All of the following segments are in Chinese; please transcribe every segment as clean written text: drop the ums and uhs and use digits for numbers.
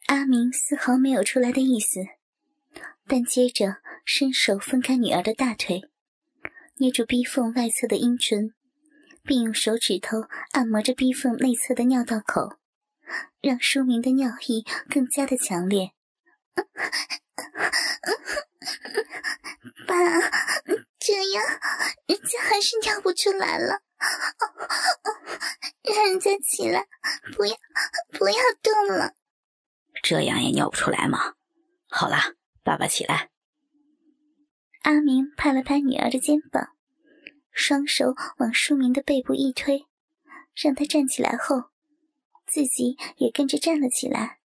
阿明丝毫没有出来的意思，但接着伸手分开女儿的大腿，捏住逼缝外侧的阴唇，并用手指头按摩着逼缝内侧的尿道口，让书明的尿意更加的强烈。 爸，这样人家还是尿不出来了，让人家起来，不要动了。 这样也尿不出来吗？好啦，爸爸起来。 阿明拍了拍女儿的肩膀，双手往书明的背部一推，让他站起来后，自己也跟着站了起来。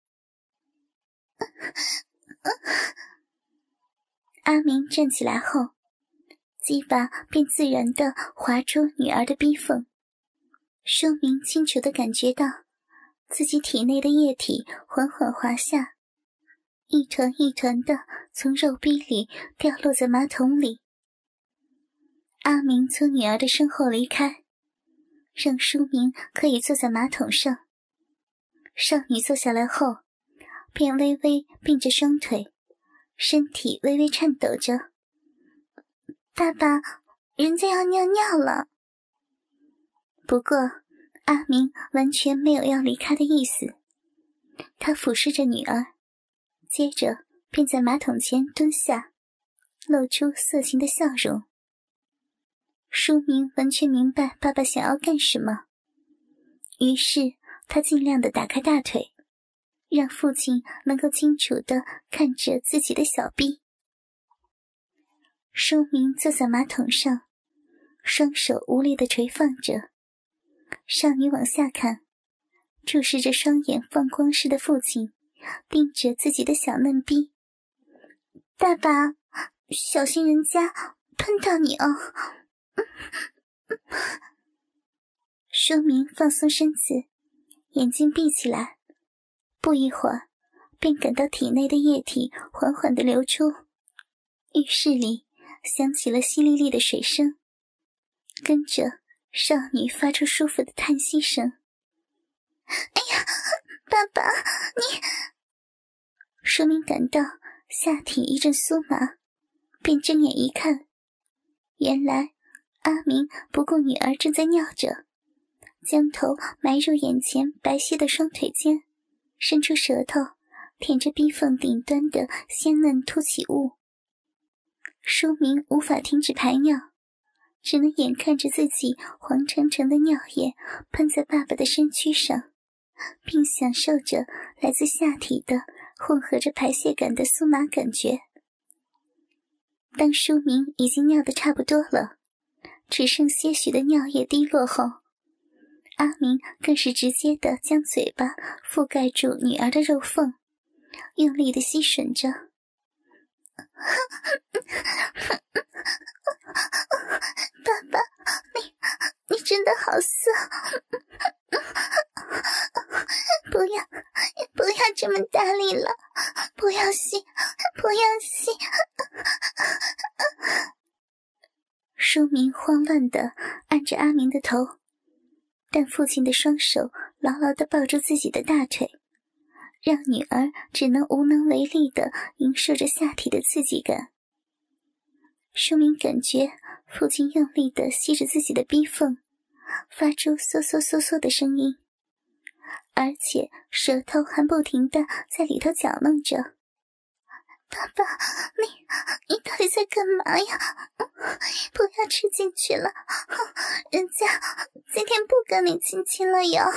阿明站起来后，鸡巴便自然地滑出女儿的逼缝。书明清楚地感觉到自己体内的液体缓缓滑下，一团一团地从肉壁里掉落在马桶里。阿明从女儿的身后离开，让书明可以坐在马桶上。少女坐下来后，便微微并着双腿，身体微微颤抖着。 爸爸，人家要尿尿了。 不过阿明完全没有要离开的意思，他俯视着女儿，接着便在马桶前蹲下，露出色情的笑容。书明完全明白爸爸想要干什么，于是他尽量地打开大腿，让父亲能够清楚地看着自己的小臂。书明坐在马桶上，双手无力地垂放着。少女往下看，注视着双眼放光似的父亲，盯着自己的小嫩逼。 爸爸，小心人家喷到你哦。 书明放松身子，眼睛闭起来，不一会儿便感到体内的液体缓缓地流出，浴室里响起了淅沥沥的水声，跟着少女发出舒服的叹息声。 哎呀，爸爸，你…… 书明感到下体一阵酥麻，便睁眼一看，原来阿明不顾女儿正在尿着，将头埋入眼前白皙的双腿间，伸出舌头舔着逼缝顶端的鲜嫩凸起物。书明无法停止排尿，只能眼看着自己黄澄澄的尿液喷在爸爸的身躯上，并享受着来自下体的混合着排泄感的酥麻感觉。当书明已经尿得差不多了，只剩些许的尿液滴落后，阿明更是直接地将嘴巴覆盖住女儿的肉缝，用力地吸吮着。 爸爸，你真的好色。不要这么大力了，不要吸。 书明慌乱地按着阿明的头，但父亲的双手牢牢地抱住自己的大腿，让女儿只能无能为力地迎受着下体的刺激感。书明感觉父亲用力地吸着自己的逼缝，发出嗦嗦嗦嗦的声音，而且舌头还不停地在里头搅弄着。 爸爸，你到底在干嘛呀？不要吃进去了，人家今天不跟你亲亲了哟。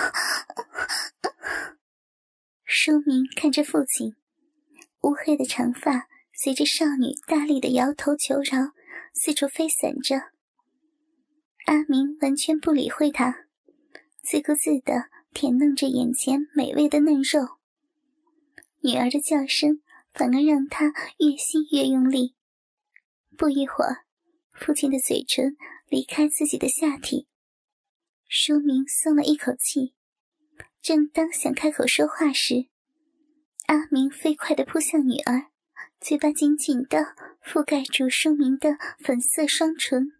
书明看着父亲，乌黑的长发随着少女大力的摇头求饶四处飞散着。阿明完全不理会他，自顾自地舔弄着眼前美味的嫩肉。女儿的叫声反而让他越吸越用力。不一会儿，父亲的嘴唇离开自己的下体，书明松了一口气，正当想开口说话时，阿明飞快地扑向女儿，嘴巴紧紧地覆盖住书明的粉色双唇。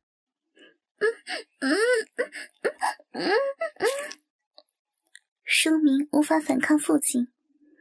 书明无法反抗父亲，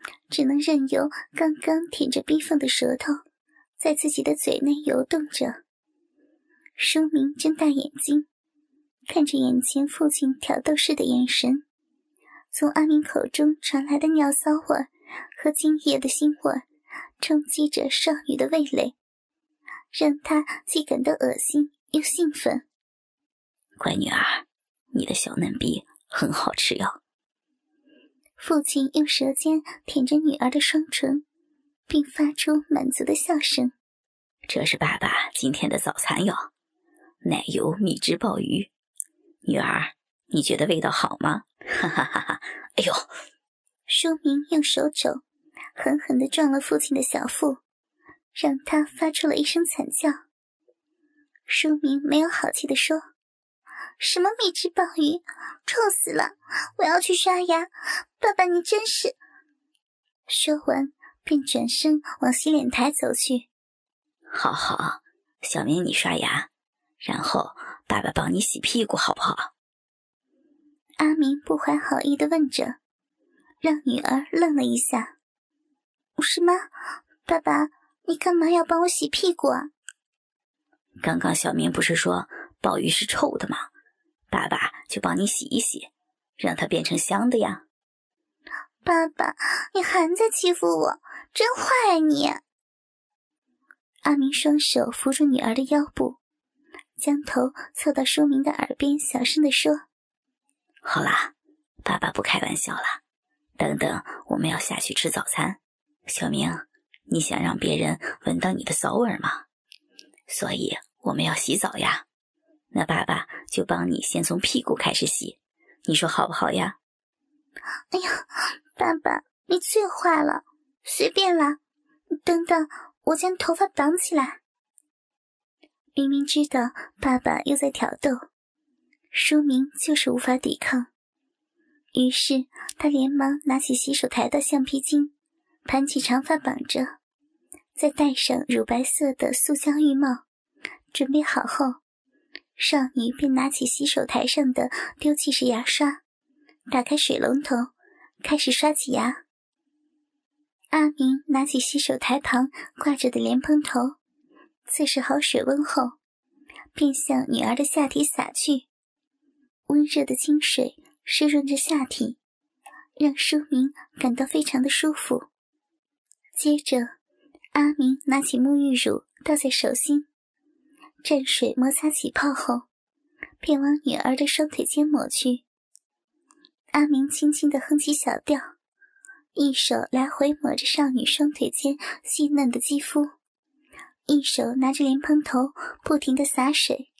只能任由刚刚舔着逼缝的舌头在自己的嘴内游动着。舒明睁大眼睛，看着眼前父亲挑逗似的眼神，从阿明口中传来的尿骚味和精液的腥味冲击着少女的味蕾，让她既感到恶心又兴奋。 乖女儿，你的小嫩逼很好吃哟。 父亲用舌尖舔着女儿的双唇，并发出满足的笑声。 这是爸爸今天的早餐哟，奶油蜜汁鲍鱼。女儿，你觉得味道好吗？哈哈哈哈！哎呦！ 舒明用手肘狠狠地撞了父亲的小腹，让他发出了一声惨叫。舒明没有好气地说：“什么蜜汁鲍鱼，臭死了！我要去刷牙。爸爸，你真是……”说完便转身往洗脸台走去。 好好，小明你刷牙，然后爸爸帮你洗屁股好不好？ 阿明不怀好意地问着，让女儿愣了一下。什么？爸爸，你干嘛要帮我洗屁股啊？ 刚刚小明不是说鲍鱼是臭的吗？爸爸就帮你洗一洗，让它变成香的呀。 爸爸，你还在欺负我，真坏啊你！ 阿明双手扶住女儿的腰部，将头凑到舒明的耳边小声地说：“ 好啦，爸爸不开玩笑了，等等我们要下去吃早餐。小明，你想让别人闻到你的骚味吗？所以我们要洗澡呀。那爸爸就帮你先从屁股开始洗，你说好不好呀？” 哎呀，爸爸，你最坏了，随便啦。等等，我将头发绑起来。 明明知道爸爸又在挑逗，舒明就是无法抵抗，于是他连忙拿起洗手台的橡皮筋，盘起长发绑着，再戴上乳白色的塑胶浴帽，准备好后，少女便拿起洗手台上的丢弃式牙刷，打开水龙头，开始刷起牙。阿明拿起洗手台旁挂着的莲蓬头，测试好水温后，便向女儿的下体洒去。温热的清水湿润着下体，让舒明感到非常的舒服。接着，阿明拿起沐浴乳倒在手心，蘸水摩擦起泡后，便往女儿的双腿间抹去。阿明轻轻地哼起小调，一手来回抹着少女双腿间细嫩的肌肤，一手拿着莲蓬头不停地洒水。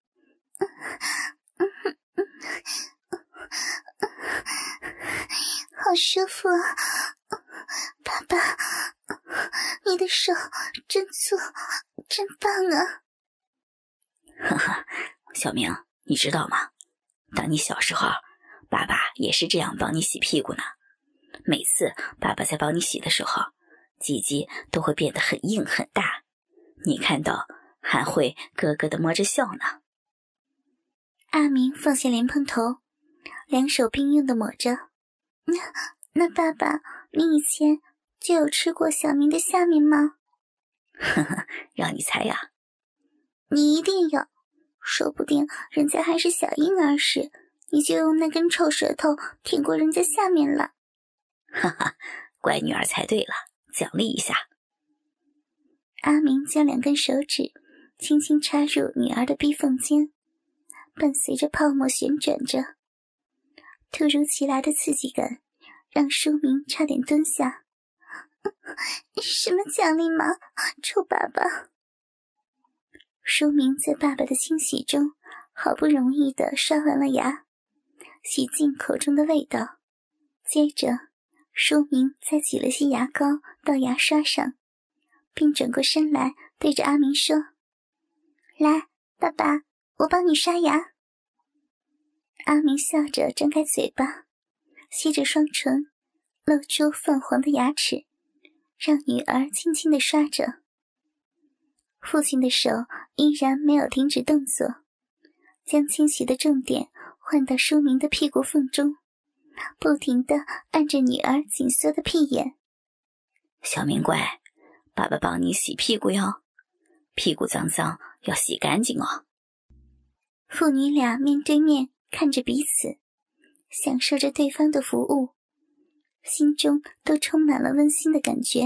好舒服啊！爸爸，你的手真粗，真棒啊！ 哈哈，小明，你知道吗？当你小时候，爸爸也是这样帮你洗屁股呢。每次爸爸在帮你洗的时候，鸡鸡都会变得很硬很大，你看到还会咯咯地摸着笑呢。 阿明放下莲蓬头，两手并用地抹着。 那爸爸，你以前就有吃过小明的下面吗？ 呵呵，让你猜呀。 你一定有，说不定人家还是小婴儿时，你就用那根臭舌头舔过人家下面了。 哈哈，乖女儿猜对了，奖励一下。 阿明将两根手指轻轻插入女儿的逼缝间，伴随着泡沫旋转着。突如其来的刺激感让舒明差点蹲下。 什么奖励吗？臭爸爸！ 舒明在爸爸的清洗中好不容易地刷完了牙，洗净口中的味道。接着舒明再挤了些牙膏到牙刷上，并转过身来对着阿明说：“ 来，爸爸，我帮你刷牙。” 阿明笑着张开嘴巴，吸着双唇，露出泛黄的牙齿，让女儿轻轻地刷着。父亲的手依然没有停止动作，将清洗的重点换到舒明的屁股缝中， 不停地按着女儿紧缩的屁眼。 小明乖，爸爸帮你洗屁股哟，屁股脏脏要洗干净哦。 父女俩面对面看着彼此，享受着对方的服务，心中都充满了温馨的感觉。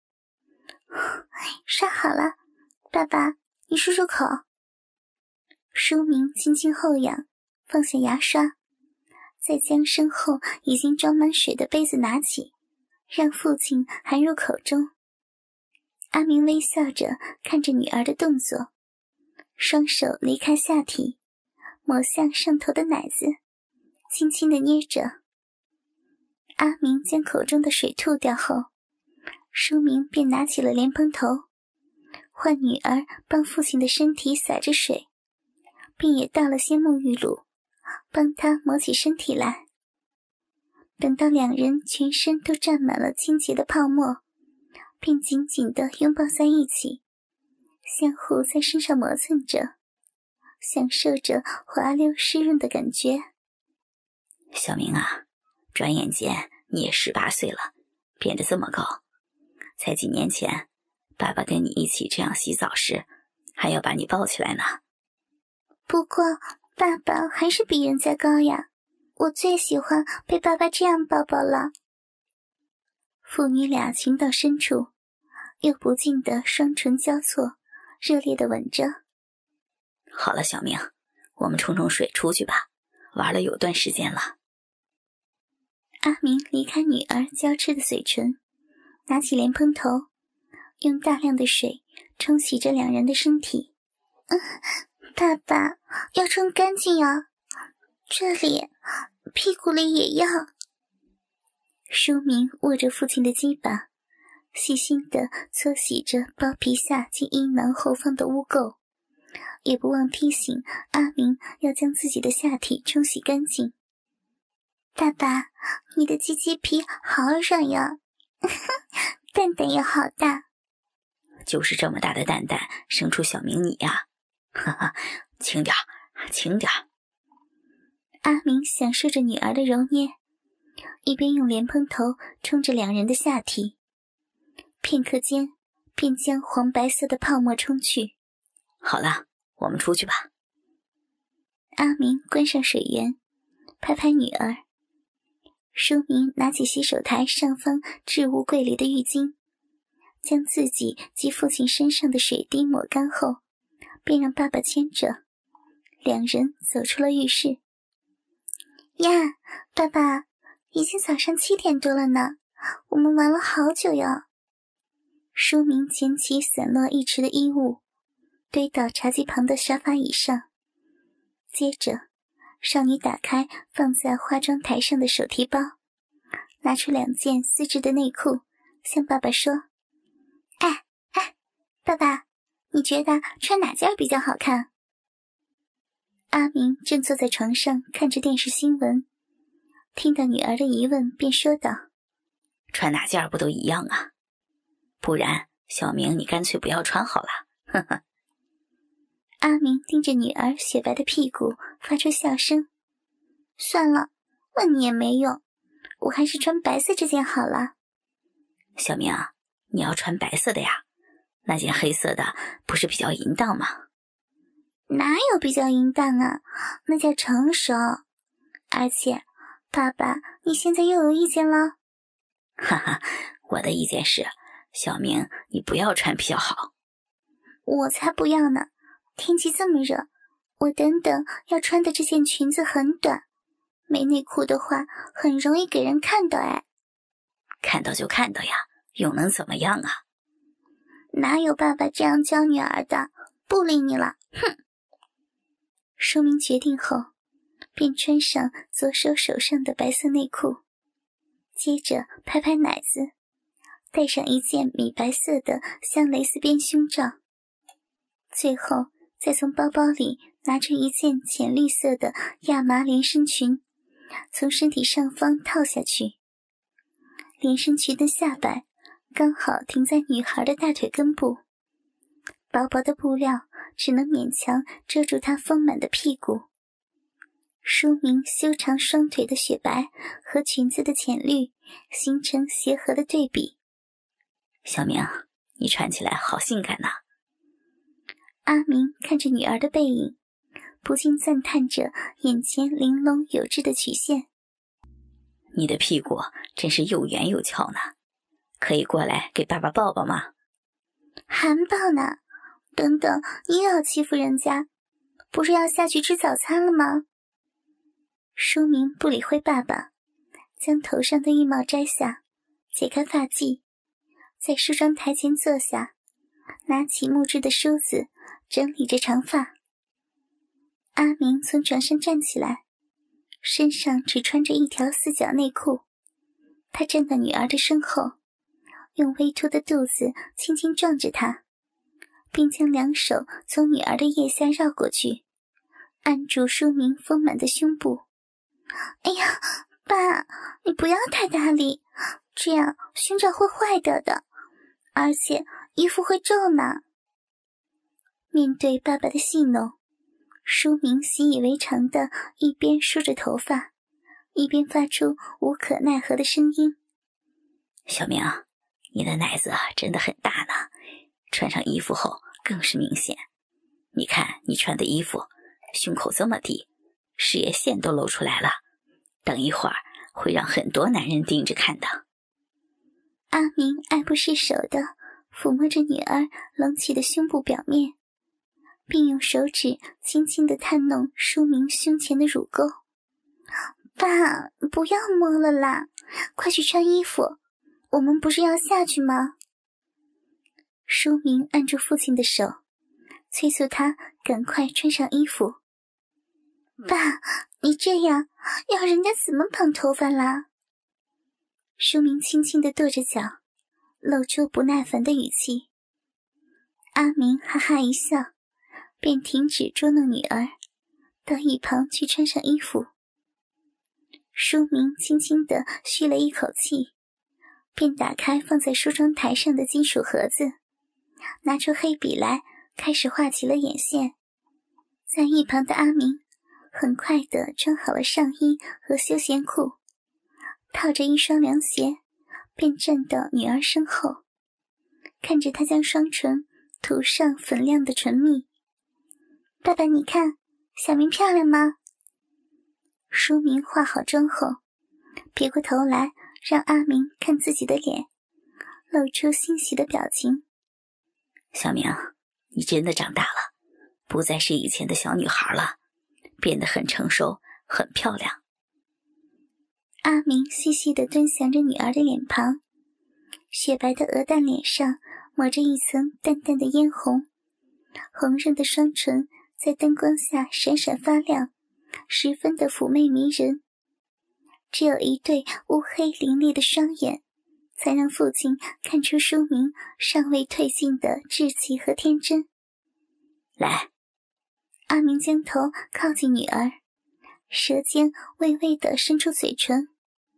刷好了，爸爸，你漱漱口。舒明轻轻后仰，放下牙刷，再将身后已经装满水的杯子拿起，让父亲含入口中。阿明微笑着看着女儿的动作，双手离开下体，抹向上头的奶子，轻轻地捏着。阿明将口中的水吐掉后，舒明便拿起了莲蓬头，换女儿帮父亲的身体洒着水，并也倒了些沐浴露，帮他抹起身体来。等到两人全身都沾满了清洁的泡沫，便紧紧地拥抱在一起，相互在身上磨蹭着，享受着滑溜湿润的感觉。 小明啊，转眼间你也18岁了，变得这么高。才几年前，爸爸跟你一起这样洗澡时，还要把你抱起来呢。 不过，爸爸还是比人家高呀，我最喜欢被爸爸这样抱抱了。父女俩情到深处，又不禁的双唇交错，热烈的吻着。 好了，小明，我们冲冲水出去吧，玩了有段时间了。 阿明离开女儿娇痴的嘴唇，拿起莲蓬头，用大量的水冲洗着两人的身体。爸爸，要冲干净呀，这里，屁股里也要。舒明握着父亲的鸡巴，细心地搓洗着包皮下及阴囊后方的污垢，也不忘提醒阿明要将自己的下体冲洗干净。爸爸，你的鸡鸡皮好软呀，蛋蛋也好大。 就是这么大的蛋蛋生出小明你呀，哈哈，轻点，轻点。 阿明享受着女儿的揉捏，一边用莲蓬头冲着两人的下体，片刻间便将黄白色的泡沫冲去。 好了，我们出去吧。 阿明关上水源，拍拍女儿。舒明拿起洗手台上方置物柜里的浴巾，将自己及父亲身上的水滴抹干后，便让爸爸牵着，两人走出了浴室。呀，爸爸，已经早上7点多了呢，我们玩了好久呀。舒明捡起散落一池的衣物，堆到茶几旁的沙发椅上。接着，少女打开放在化妆台上的手提包，拿出2件丝质的内裤，向爸爸说：爸爸，你觉得穿哪件比较好看？阿明正坐在床上看着电视新闻，听到女儿的疑问便说道： 穿哪件不都一样啊？不然小明你干脆不要穿好了，呵呵。 阿明盯着女儿雪白的屁股发出笑声。算了，问你也没用，我还是穿白色这件好了。 小明，你要穿白色的呀，那件黑色的不是比较淫荡吗？ 哪有比较淫荡啊，那叫成熟。而且，爸爸，你现在又有意见了？ 哈哈，我的意见是，小明你不要穿比较好。 我才不要呢，天气这么热，我等等要穿的这件裙子很短，没内裤的话很容易给人看到哎。 看到就看到呀，又能怎么样啊？ 哪有爸爸这样教女儿的，不理你了，哼。舒明决定后，便穿上左手手上的白色内裤，接着拍拍奶子，戴上一件米白色的镶蕾丝边胸罩，最后再从包包里拿出一件浅绿色的亚麻连身裙，从身体上方套下去。连身裙的下摆刚好停在女孩的大腿根部，薄薄的布料只能勉强遮住她丰满的屁股。 淑明修长双腿的雪白和裙子的浅绿形成协和的对比。 小明，你穿起来好性感呐。 阿明看着女儿的背影，不禁赞叹着眼前玲珑有致的曲线。 你的屁股真是又圆又翘呢，可以过来给爸爸抱抱吗？ 还抱呢？等等，你又要欺负人家，不是要下去吃早餐了吗？淑明不理会爸爸，将头上的浴帽摘下，解开发髻，在梳妆台前坐下，拿起木质的梳子整理着长发。阿明从床上站起来，身上只穿着一条四角内裤，他站到女儿的身后，用微凸的肚子轻轻撞着她，并将两手从女儿的腋下绕过去，按住淑明丰满的胸部。哎呀，爸，你不要太大力，这样胸罩会坏掉的，而且衣服会皱呢。面对爸爸的戏弄，淑明习以为常的一边梳着头发，一边发出无可奈何的声音。 小明，你的奶子真的很大呢，穿上衣服后更是明显。你看你穿的衣服，胸口这么低，事业线都露出来了，等一会儿会让很多男人盯着看的。 阿明爱不释手地抚摸着女儿隆起的胸部表面，并用手指轻轻地探弄淑明胸前的乳沟。爸，不要摸了啦，快去穿衣服，我们不是要下去吗？淑明按住父亲的手，催促他赶快穿上衣服。爸，你这样要人家怎么绑头发啦？淑明轻轻地跺着脚，露出不耐烦的语气。阿明哈哈一笑，便停止捉弄女儿，到一旁去穿上衣服。淑明轻轻地吁了一口气，便打开放在梳妆台上的金属盒子，拿出黑笔来开始画起了眼线。在一旁的阿明很快地穿好了上衣和休闲裤，套着一双凉鞋，便站到女儿身后，看着她将双唇涂上粉亮的唇蜜。爸爸，你看，小明漂亮吗？淑明化好妆后，别过头来让阿明看自己的脸，露出欣喜的表情。 小明，你真的长大了，不再是以前的小女孩了，变得很成熟，很漂亮。 阿明细细地端详着女儿的脸庞，雪白的鹅蛋脸上抹着一层淡淡的嫣红，红润的双唇在灯光下闪闪发亮，十分的妩媚迷人。只有一对乌黑凌冽的双眼，才让父亲看出淑明尚未褪尽的稚气和天真。 来， 阿明将头靠近女儿，舌尖微微地伸出嘴唇。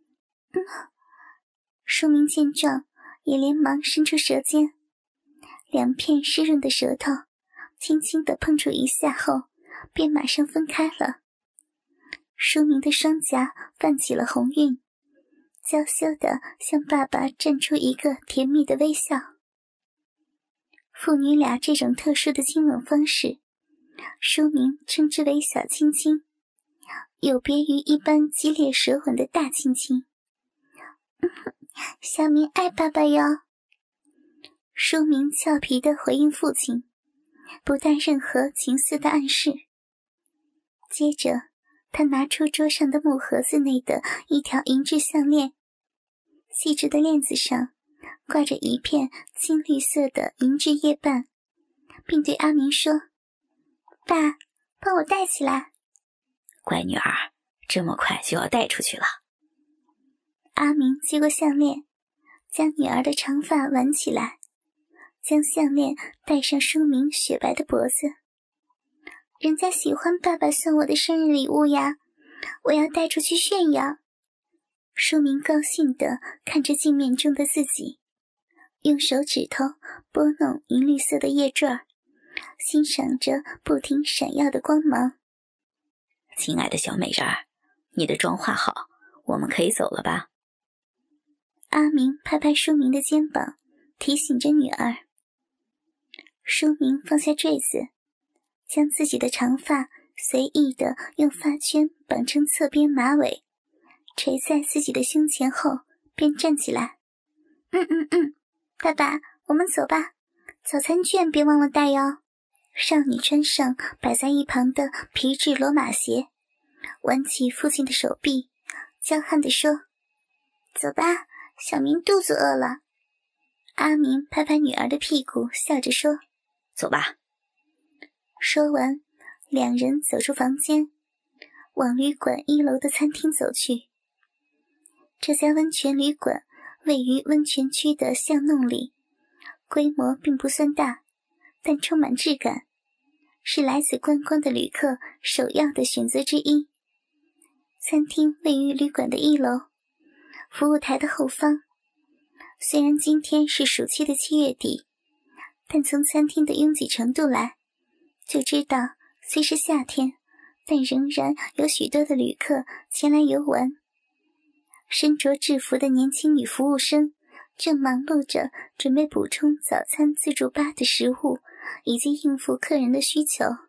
淑明见状，也连忙伸出舌尖，两片湿润的舌头轻轻地碰触一下后，便马上分开了。淑明的双颊泛起了红晕，娇羞地向爸爸绽出一个甜蜜的微笑。父女俩这种特殊的亲吻方式，淑明称之为小亲亲，有别于一般激烈舌吻的大亲亲。小明爱爸爸哟。淑明俏皮地回应父亲，不带任何情色的暗示。接着他拿出桌上的木盒子内的一条银质项链，细致的链子上挂着一片青绿色的银质叶瓣，并对阿明说：爸，帮我戴起来。 乖女儿，这么快就要带出去了。 阿明接过项链，将女儿的长发挽起来，将项链戴上淑明雪白的脖子。人家喜欢爸爸送我的生日礼物呀，我要带出去炫耀。淑明高兴地看着镜面中的自己，用手指头拨弄银绿色的叶坠，欣赏着不停闪耀的光芒。 亲爱的小美人儿，你的妆化好，我们可以走了吧？ 阿明拍拍淑明的肩膀，提醒着女儿。淑明放下坠子，将自己的长发随意地用发圈绑成侧边马尾，垂在自己的胸前后，便站起来。爸爸，我们走吧，早餐券别忘了带哟。少女穿上摆在一旁的皮质罗马鞋，挽起父亲的手臂，娇憨地说：走吧，小明肚子饿了。阿明拍拍女儿的屁股，笑着说： 走吧。 说完，两人走出房间，往旅馆1楼的餐厅走去。这家温泉旅馆位于温泉区的巷弄里，规模并不算大，但充满质感，是来此观光的旅客首要的选择之一。餐厅位于旅馆的1楼，服务台的后方。虽然今天是暑期的7月底，但从餐厅的拥挤程度来，就知道虽是夏天，但仍然有许多的旅客前来游玩。身着制服的年轻女服务生正忙碌着准备补充早餐自助吧的食物，以及应付客人的需求。